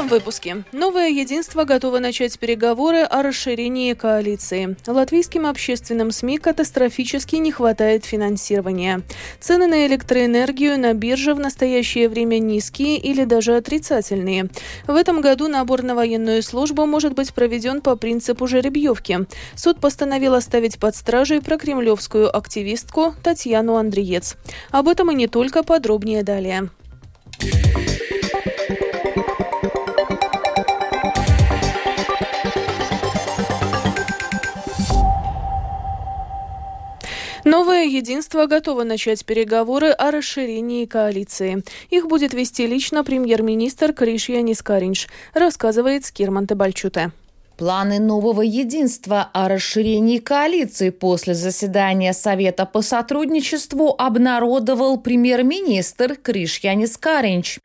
этом выпуске. Новое единство готово начать переговоры о расширении коалиции. Латвийским общественным СМИ катастрофически не хватает финансирования. Цены на электроэнергию на бирже в настоящее время низкие или даже отрицательные. В этом году набор на военную службу может быть проведен по принципу жеребьевки. Суд постановил оставить под стражей прокремлевскую активистку Татьяну Андриец. Об этом и не только, подробнее далее. Новое единство готово начать переговоры о расширении коалиции. Их будет вести лично премьер-министр Кришьянис Кариньш, рассказывает Скирманте Бальчуте. Планы нового единства о расширении коалиции после заседания Совета по сотрудничеству обнародовал премьер-министр Кришьянис Кариньш.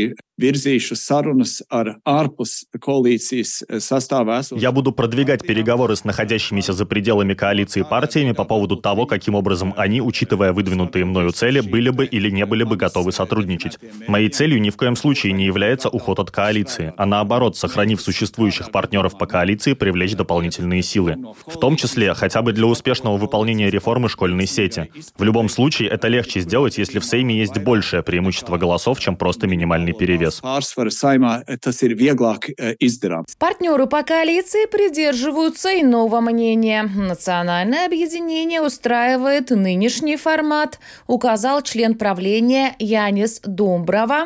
Я буду продвигать переговоры с находящимися за пределами коалиции партиями по поводу того, каким образом они, учитывая выдвинутые мною цели, были бы или не были бы готовы сотрудничать. Моей целью ни в коем случае не является уход от коалиции, а наоборот, сохранив существующих партнеров по коалиции, привлечь дополнительные силы. В том числе, хотя бы для успешного выполнения реформы школьной сети. В любом случае, это легче сделать, если в Сейме есть большее преимущество голосов, чем просто минимальный перевес. Партнеры по коалиции придерживаются иного мнения. Национальное объединение устраивает нынешний формат, указал член правления Янис Думбрава.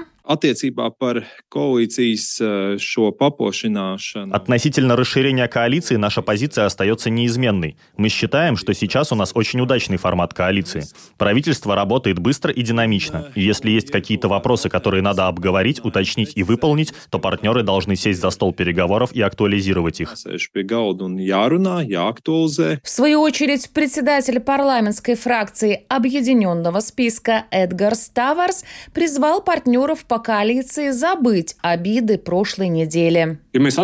Относительно расширения коалиции наша позиция остается неизменной. Мы считаем, что сейчас у нас очень удачный формат коалиции. Правительство работает быстро и динамично. И если есть какие-то вопросы, которые надо обговорить, уточнить и выполнить, то партнеры должны сесть за стол переговоров и актуализировать их. В свою очередь, председатель парламентской фракции Объединенного списка Эдгар Ставарс призвал партнеров по коалиции забыть обиды прошлой недели.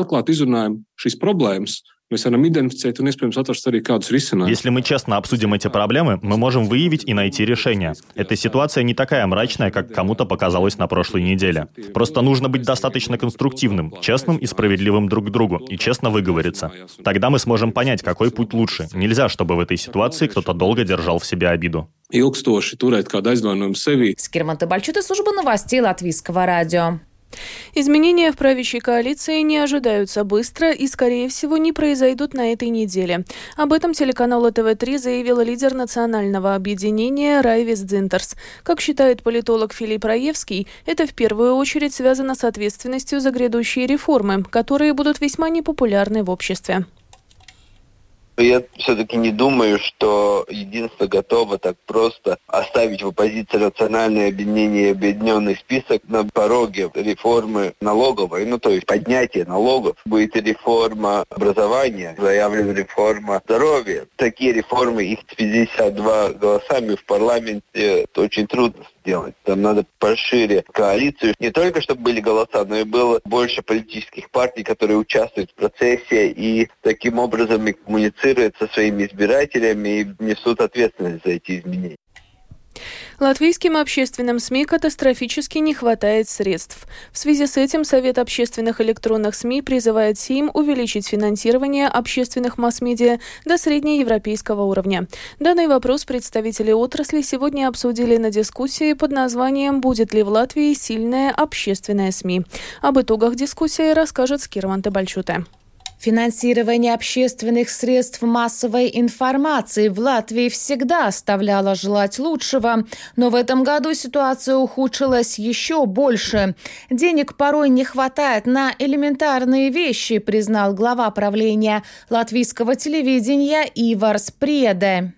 Если мы честно обсудим эти проблемы, мы можем выявить и найти решение. Эта ситуация не такая мрачная, как кому-то показалось на прошлой неделе. Просто нужно быть достаточно конструктивным, честным и справедливым друг к другу, и честно выговориться. Тогда мы сможем понять, какой путь лучше. Нельзя, чтобы в этой ситуации кто-то долго держал в себе обиду. Скирманте Бальчуте, служба новостей Латвийского радио. Изменения в правящей коалиции не ожидаются быстро и, скорее всего, не произойдут на этой неделе. Об этом телеканалу ТВ3 заявил лидер национального объединения Райвис Дзинтерс. Как считает политолог Филипп Раевский, это в первую очередь связано с ответственностью за грядущие реформы, которые будут весьма непопулярны в обществе. Я все-таки не думаю, что единство готово так просто оставить в оппозиции национальное объединение и объединенный список на пороге реформы налоговой, то есть поднятие налогов. Будет и реформа образования, заявлена реформа здоровья. Такие реформы, их 52 голосами в парламенте очень трудно сделать. Там надо пошире коалицию. Не только, чтобы были голоса, но и было больше политических партий, которые участвуют в процессе и таким образом и коммуницируют со своими избирателями и несут ответственность за эти изменения. Латвийским общественным СМИ катастрофически не хватает средств. В связи с этим Совет общественных электронных СМИ призывает Сейм увеличить финансирование общественных масс-медиа до среднеевропейского уровня. Данный вопрос представители отрасли сегодня обсудили на дискуссии под названием «Будет ли в Латвии сильная общественная СМИ?». Об итогах дискуссии расскажет Скирманте Бальчуте. Финансирование общественных средств массовой информации в Латвии всегда оставляло желать лучшего, но в этом году ситуация ухудшилась еще больше. Денег порой не хватает на элементарные вещи, признал глава правления латвийского телевидения Иварс Приеде.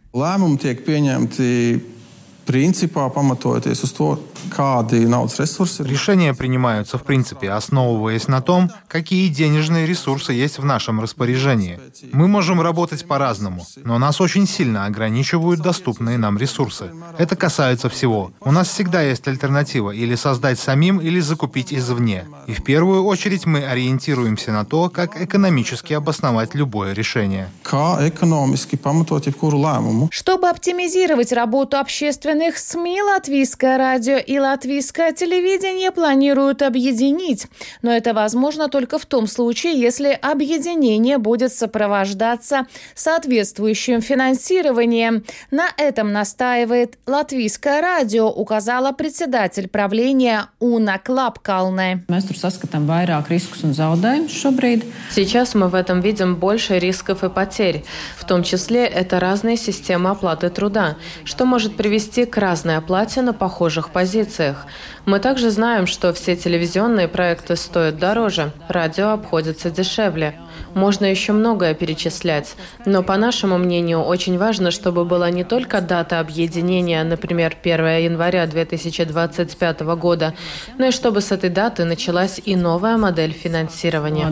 Решения принимаются, в принципе, основываясь на том, какие денежные ресурсы есть в нашем распоряжении. Мы можем работать по-разному, но нас очень сильно ограничивают доступные нам ресурсы. Это касается всего. У нас всегда есть альтернатива: или создать самим, или закупить извне. И в первую очередь мы ориентируемся на то, как экономически обосновать любое решение. Чтобы оптимизировать работу общественных СМИ, Латвийское радио и латвийское телевидение планируют объединить. Но это возможно только в том случае, если объединение будет сопровождаться соответствующим финансированием. На этом настаивает Латвийское радио, указала председатель правления Уна Клапкалне. Сейчас мы в этом видим больше рисков и потерь. В том числе это разные системы оплаты труда, что может привести к разной оплате на похожих позициях. Мы также знаем, что все телевизионные проекты стоят дороже, радио обходится дешевле. Можно еще многое перечислять, но, по нашему мнению, очень важно, чтобы была не только дата объединения, например, 1 января 2025 года, но и чтобы с этой даты началась и новая модель финансирования.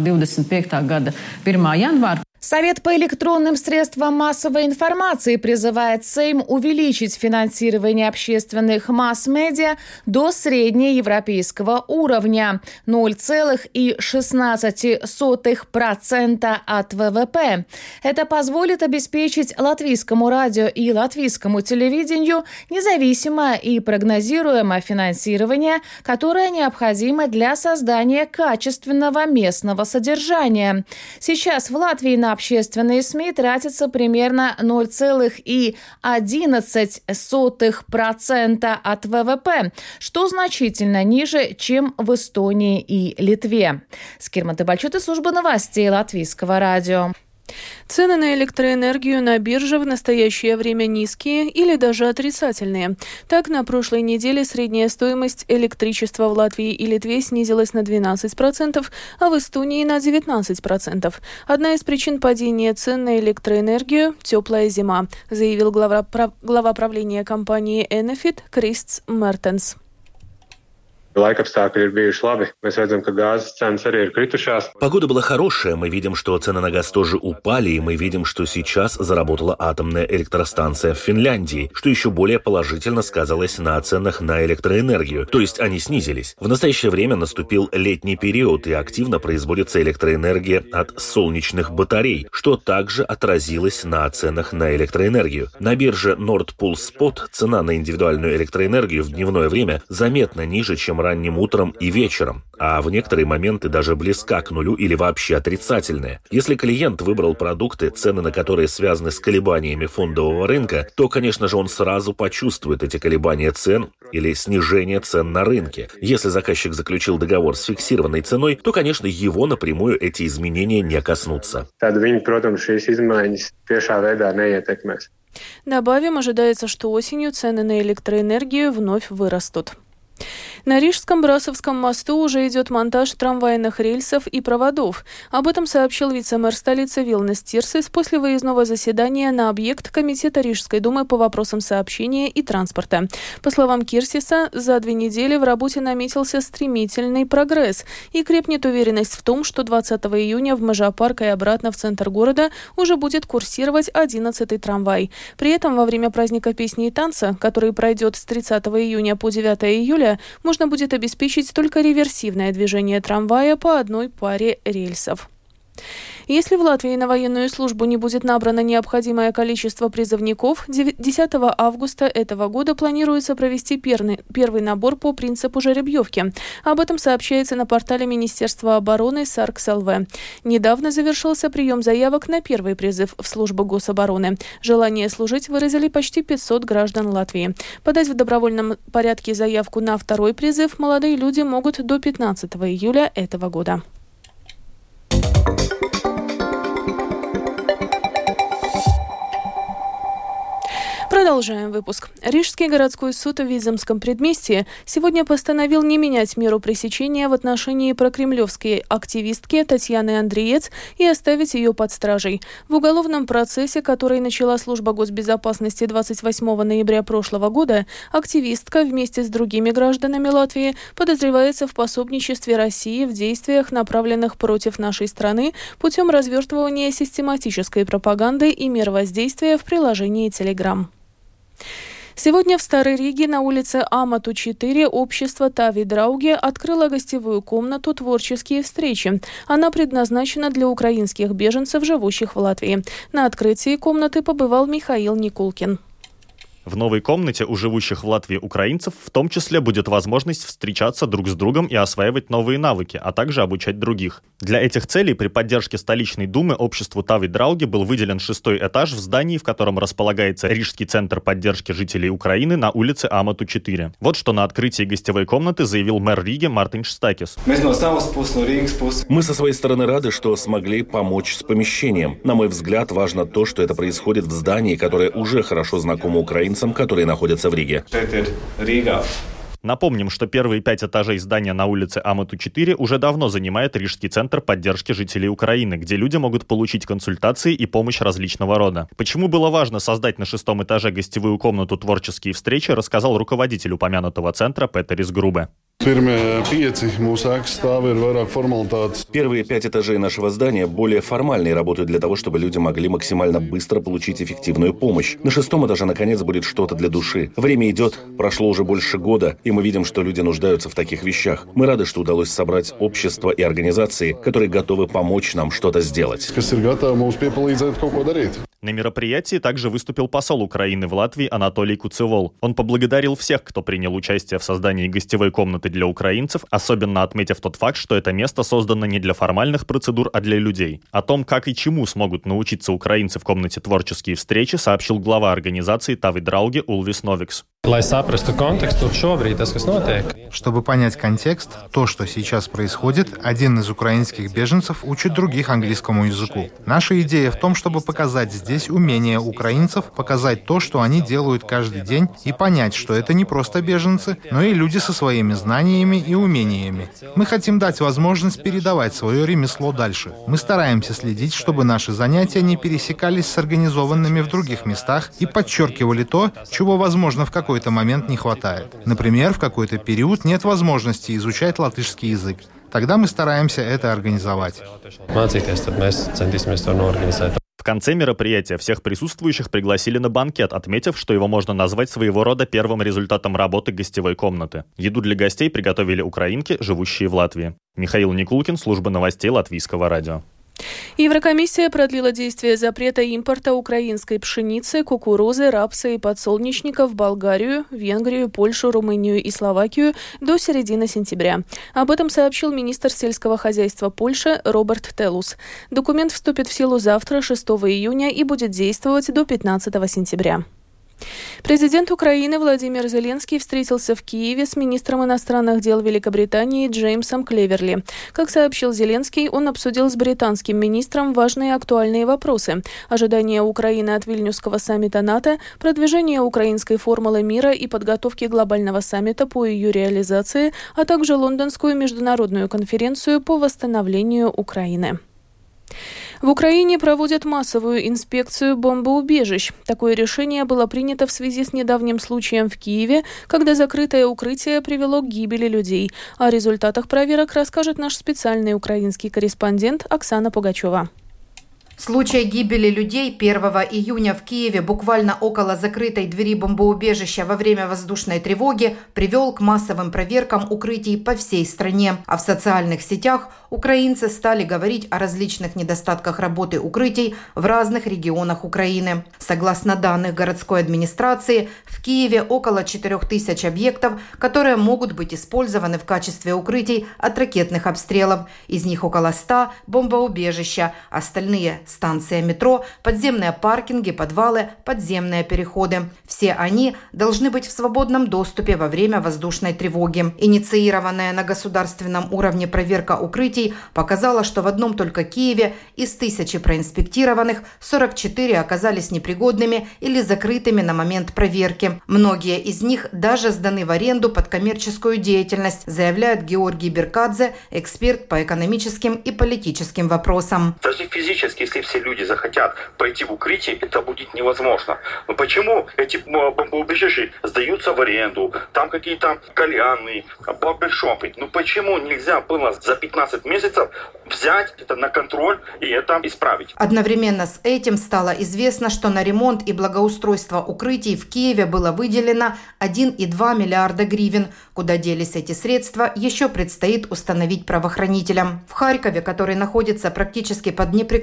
Совет по электронным средствам массовой информации призывает Сейм увеличить финансирование общественных масс-медиа до среднеевропейского уровня – 0,16% от ВВП. Это позволит обеспечить латвийскому радио и латвийскому телевидению независимое и прогнозируемое финансирование, которое необходимо для создания качественного местного содержания. Сейчас в Латвии на общественные СМИ тратится примерно 0,11% от ВВП, что значительно ниже, чем в Эстонии и Литве. Скирман Тебальчута, служба новостей Латвийского радио. Цены на электроэнергию на бирже в настоящее время низкие или даже отрицательные. Так, на прошлой неделе средняя стоимость электричества в Латвии и Литве снизилась на 12%, а в Эстонии на 19%. Одна из причин падения цен на электроэнергию – теплая зима, заявил глава правления компании Enefit Кристс Мертенс. Погода была хорошая, мы видим, что цены на газ тоже упали, и мы видим, что сейчас заработала атомная электростанция в Финляндии, что еще более положительно сказалось на ценах на электроэнергию, то есть они снизились. В настоящее время наступил летний период, и активно производится электроэнергия от солнечных батарей, что также отразилось на ценах на электроэнергию. На бирже Nord Pool Spot цена на индивидуальную электроэнергию в дневное время заметно ниже, чем ранним утром и вечером, а в некоторые моменты даже близка к нулю или вообще отрицательная. Если клиент выбрал продукты, цены на которые связаны с колебаниями фондового рынка, то, конечно же, он сразу почувствует эти колебания цен или снижение цен на рынке. Если заказчик заключил договор с фиксированной ценой, то, конечно, его напрямую эти изменения не коснутся. Добавим, ожидается, что осенью цены на электроэнергию вновь вырастут. На Рижском Брасовском мосту уже идет монтаж трамвайных рельсов и проводов. Об этом сообщил вице-мэр столицы Вилнес Тирсис после выездного заседания на объект Комитета Рижской думы по вопросам сообщения и транспорта. По словам Кирсиса, за 2 недели в работе наметился стремительный прогресс и крепнет уверенность в том, что 20 июня в Межапарк и обратно в центр города уже будет курсировать 11-й трамвай. При этом во время праздника песни и танца, который пройдет с 30 июня по 9 июля, можно будет обеспечить только реверсивное движение трамвая по одной паре рельсов. Если в Латвии на военную службу не будет набрано необходимое количество призывников, 10 августа этого года планируется провести первый набор по принципу жеребьевки. Об этом сообщается на портале Министерства обороны Саркс.ЛВ. Недавно завершился прием заявок на первый призыв в службу гособороны. Желание служить выразили почти 500 граждан Латвии. Подать в добровольном порядке заявку на второй призыв молодые люди могут до 15 июля этого года. Продолжаем выпуск. Рижский городской суд в Виземском предместье сегодня постановил не менять меру пресечения в отношении прокремлевской активистки Татьяны Андреец и оставить ее под стражей. В уголовном процессе, который начала служба госбезопасности 28 ноября прошлого года, активистка вместе с другими гражданами Латвии подозревается в пособничестве России в действиях, направленных против нашей страны путем развертывания систематической пропаганды и мер воздействия в приложении Telegram. Сегодня в Старой Риге на улице Амату 4 общество Тави Драуги открыло гостевую комнату «Творческие встречи». Она предназначена для украинских беженцев, живущих в Латвии. На открытии комнаты побывал Михаил Никулкин. В новой комнате у живущих в Латвии украинцев в том числе будет возможность встречаться друг с другом и осваивать новые навыки, а также обучать других. Для этих целей при поддержке столичной думы обществу Тави Драуги был выделен 6-й этаж в здании, в котором располагается Рижский центр поддержки жителей Украины на улице Амату 4. Вот что на открытии гостевой комнаты заявил мэр Риги Мартин Штакис. Мы со своей стороны рады, что смогли помочь с помещением. На мой взгляд, важно то, что это происходит в здании, которое уже хорошо знакомо украинцам, которые находятся в Риге. Напомним, что первые 5 этажей здания на улице Амату 4 уже давно занимает Рижский центр поддержки жителей Украины, где люди могут получить консультации и помощь различного рода. Почему было важно создать на 6-м этаже гостевую комнату «Творческие встречи», рассказал руководитель упомянутого центра Петерис Грубе. Первые 5 этажей нашего здания более формальные, работают для того, чтобы люди могли максимально быстро получить эффективную помощь. На 6-м этаже, наконец, будет что-то для души. Время идет, прошло уже больше года, и мы видим, что люди нуждаются в таких вещах. Мы рады, что удалось собрать общество и организации, которые готовы помочь нам что-то сделать. На мероприятии также выступил посол Украины в Латвии Анатолий Куцевол. Он поблагодарил всех, кто принял участие в создании гостевой комнаты для украинцев, особенно отметив тот факт, что это место создано не для формальных процедур, а для людей. О том, как и чему смогут научиться украинцы в комнате «Творческие встречи», сообщил глава организации Тави Драуги Улвис Новикс. Чтобы понять контекст, то, что сейчас происходит, один из украинских беженцев учит других английскому языку. Наша идея в том, чтобы показать здесь умение украинцев, показать то, что они делают каждый день, и понять, что это не просто беженцы, но и люди со своими знаниями и умениями. Мы хотим дать возможность передавать свое ремесло дальше. Мы стараемся следить, чтобы наши занятия не пересекались с организованными в других местах и подчеркивали то, чего, возможно, в какой-то момент не хватает. Например, в какой-то период нет возможности изучать латышский язык. Тогда мы стараемся это организовать. В конце мероприятия всех присутствующих пригласили на банкет, отметив, что его можно назвать своего рода первым результатом работы гостевой комнаты. Еду для гостей приготовили украинки, живущие в Латвии. Михаил Никулкин, служба новостей Латвийского радио. Еврокомиссия продлила действие запрета импорта украинской пшеницы, кукурузы, рапса и подсолнечника в Болгарию, Венгрию, Польшу, Румынию и Словакию до середины сентября. Об этом сообщил министр сельского хозяйства Польши Роберт Телус. Документ вступит в силу завтра, 6 июня, и будет действовать до 15 сентября. Президент Украины Владимир Зеленский встретился в Киеве с министром иностранных дел Великобритании Джеймсом Клеверли. Как сообщил Зеленский, он обсудил с британским министром важные актуальные вопросы: ожидания Украины от Вильнюсского саммита НАТО, продвижение украинской формулы мира и подготовки глобального саммита по ее реализации, а также Лондонскую международную конференцию по восстановлению Украины. В Украине проводят массовую инспекцию бомбоубежищ. Такое решение было принято в связи с недавним случаем в Киеве, когда закрытое укрытие привело к гибели людей. О результатах проверок расскажет наш специальный украинский корреспондент Оксана Пугачева. Случай гибели людей 1 июня в Киеве буквально около закрытой двери бомбоубежища во время воздушной тревоги привел к массовым проверкам укрытий по всей стране. А в социальных сетях украинцы стали говорить о различных недостатках работы укрытий в разных регионах Украины. Согласно данных городской администрации, в Киеве около 4000 объектов, которые могут быть использованы в качестве укрытий от ракетных обстрелов. Из них около 100 бомбоубежища, остальные – станция метро, подземные паркинги, подвалы, подземные переходы. Все они должны быть в свободном доступе во время воздушной тревоги. Инициированная на государственном уровне проверка укрытий показала, что в одном только Киеве из 1000 проинспектированных 44 оказались непригодными или закрытыми на момент проверки. Многие из них даже сданы в аренду под коммерческую деятельность, заявляет Георгий Беркадзе, эксперт по экономическим и политическим вопросам. Даже физически, если все люди захотят пойти в укрытие, это будет невозможно. Но почему эти бомбоубежища сдаются в аренду? Там какие-то кальянные, барбершопы. Ну почему нельзя было за 15 месяцев взять это на контроль и это исправить? Одновременно с этим стало известно, что на ремонт и благоустройство укрытий в Киеве было выделено 1,2 миллиарда гривен. Куда делись эти средства, еще предстоит установить правоохранителям. В Харькове, который находится практически под непрекращающимся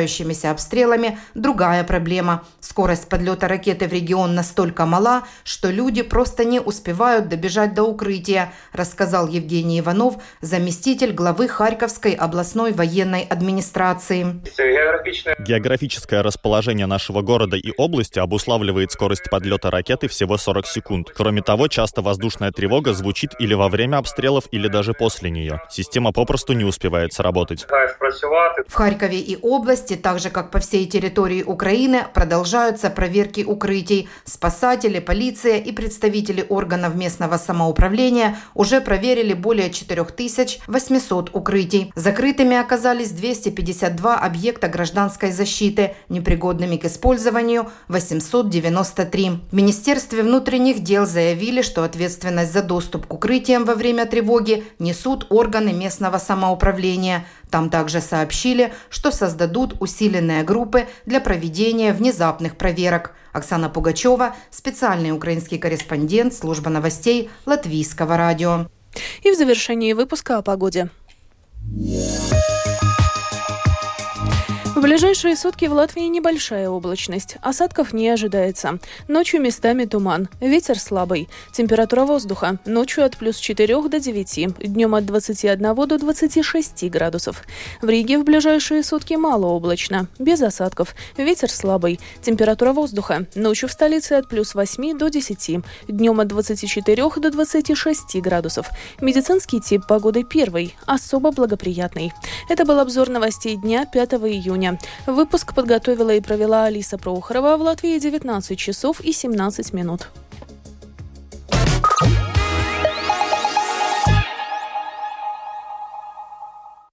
продолжающимися обстрелами другая проблема. Скорость подлета ракеты в регион настолько мала, что люди просто не успевают добежать до укрытия, рассказал Евгений Иванов, заместитель главы Харьковской областной военной администрации. Географическое расположение нашего города и области обуславливает скорость подлета ракеты всего 40 секунд. Кроме того, часто воздушная тревога звучит или во время обстрелов, или даже после нее. Система попросту не успевает сработать. В Харькове и области, так же как по всей территории Украины, продолжаются проверки укрытий. Спасатели, полиция и представители органов местного самоуправления уже проверили более 4800 укрытий. Закрытыми оказались 252 объекта гражданской защиты, непригодными к использованию 893. В Министерстве внутренних дел заявили, что ответственность за доступ к укрытиям во время тревоги несут органы местного самоуправления. Там также сообщили, что создадут усиленные группы для проведения внезапных проверок. Оксана Пугачева, специальный украинский корреспондент, служба новостей Латвийского радио. И в завершении выпуска о погоде. В ближайшие сутки в Латвии небольшая облачность. Осадков не ожидается. Ночью местами туман. Ветер слабый. Температура воздуха. Ночью от плюс 4 до 9. Днем от 21 до 26 градусов. В Риге в ближайшие сутки малооблачно. Без осадков. Ветер слабый. Температура воздуха. Ночью в столице от плюс 8 до 10. Днем от 24 до 26 градусов. Медицинский тип погоды первый. Особо благоприятный. Это был обзор новостей дня 5 июня. Выпуск подготовила и провела Алиса Прохорова. В Латвии 19 часов и 17 минут.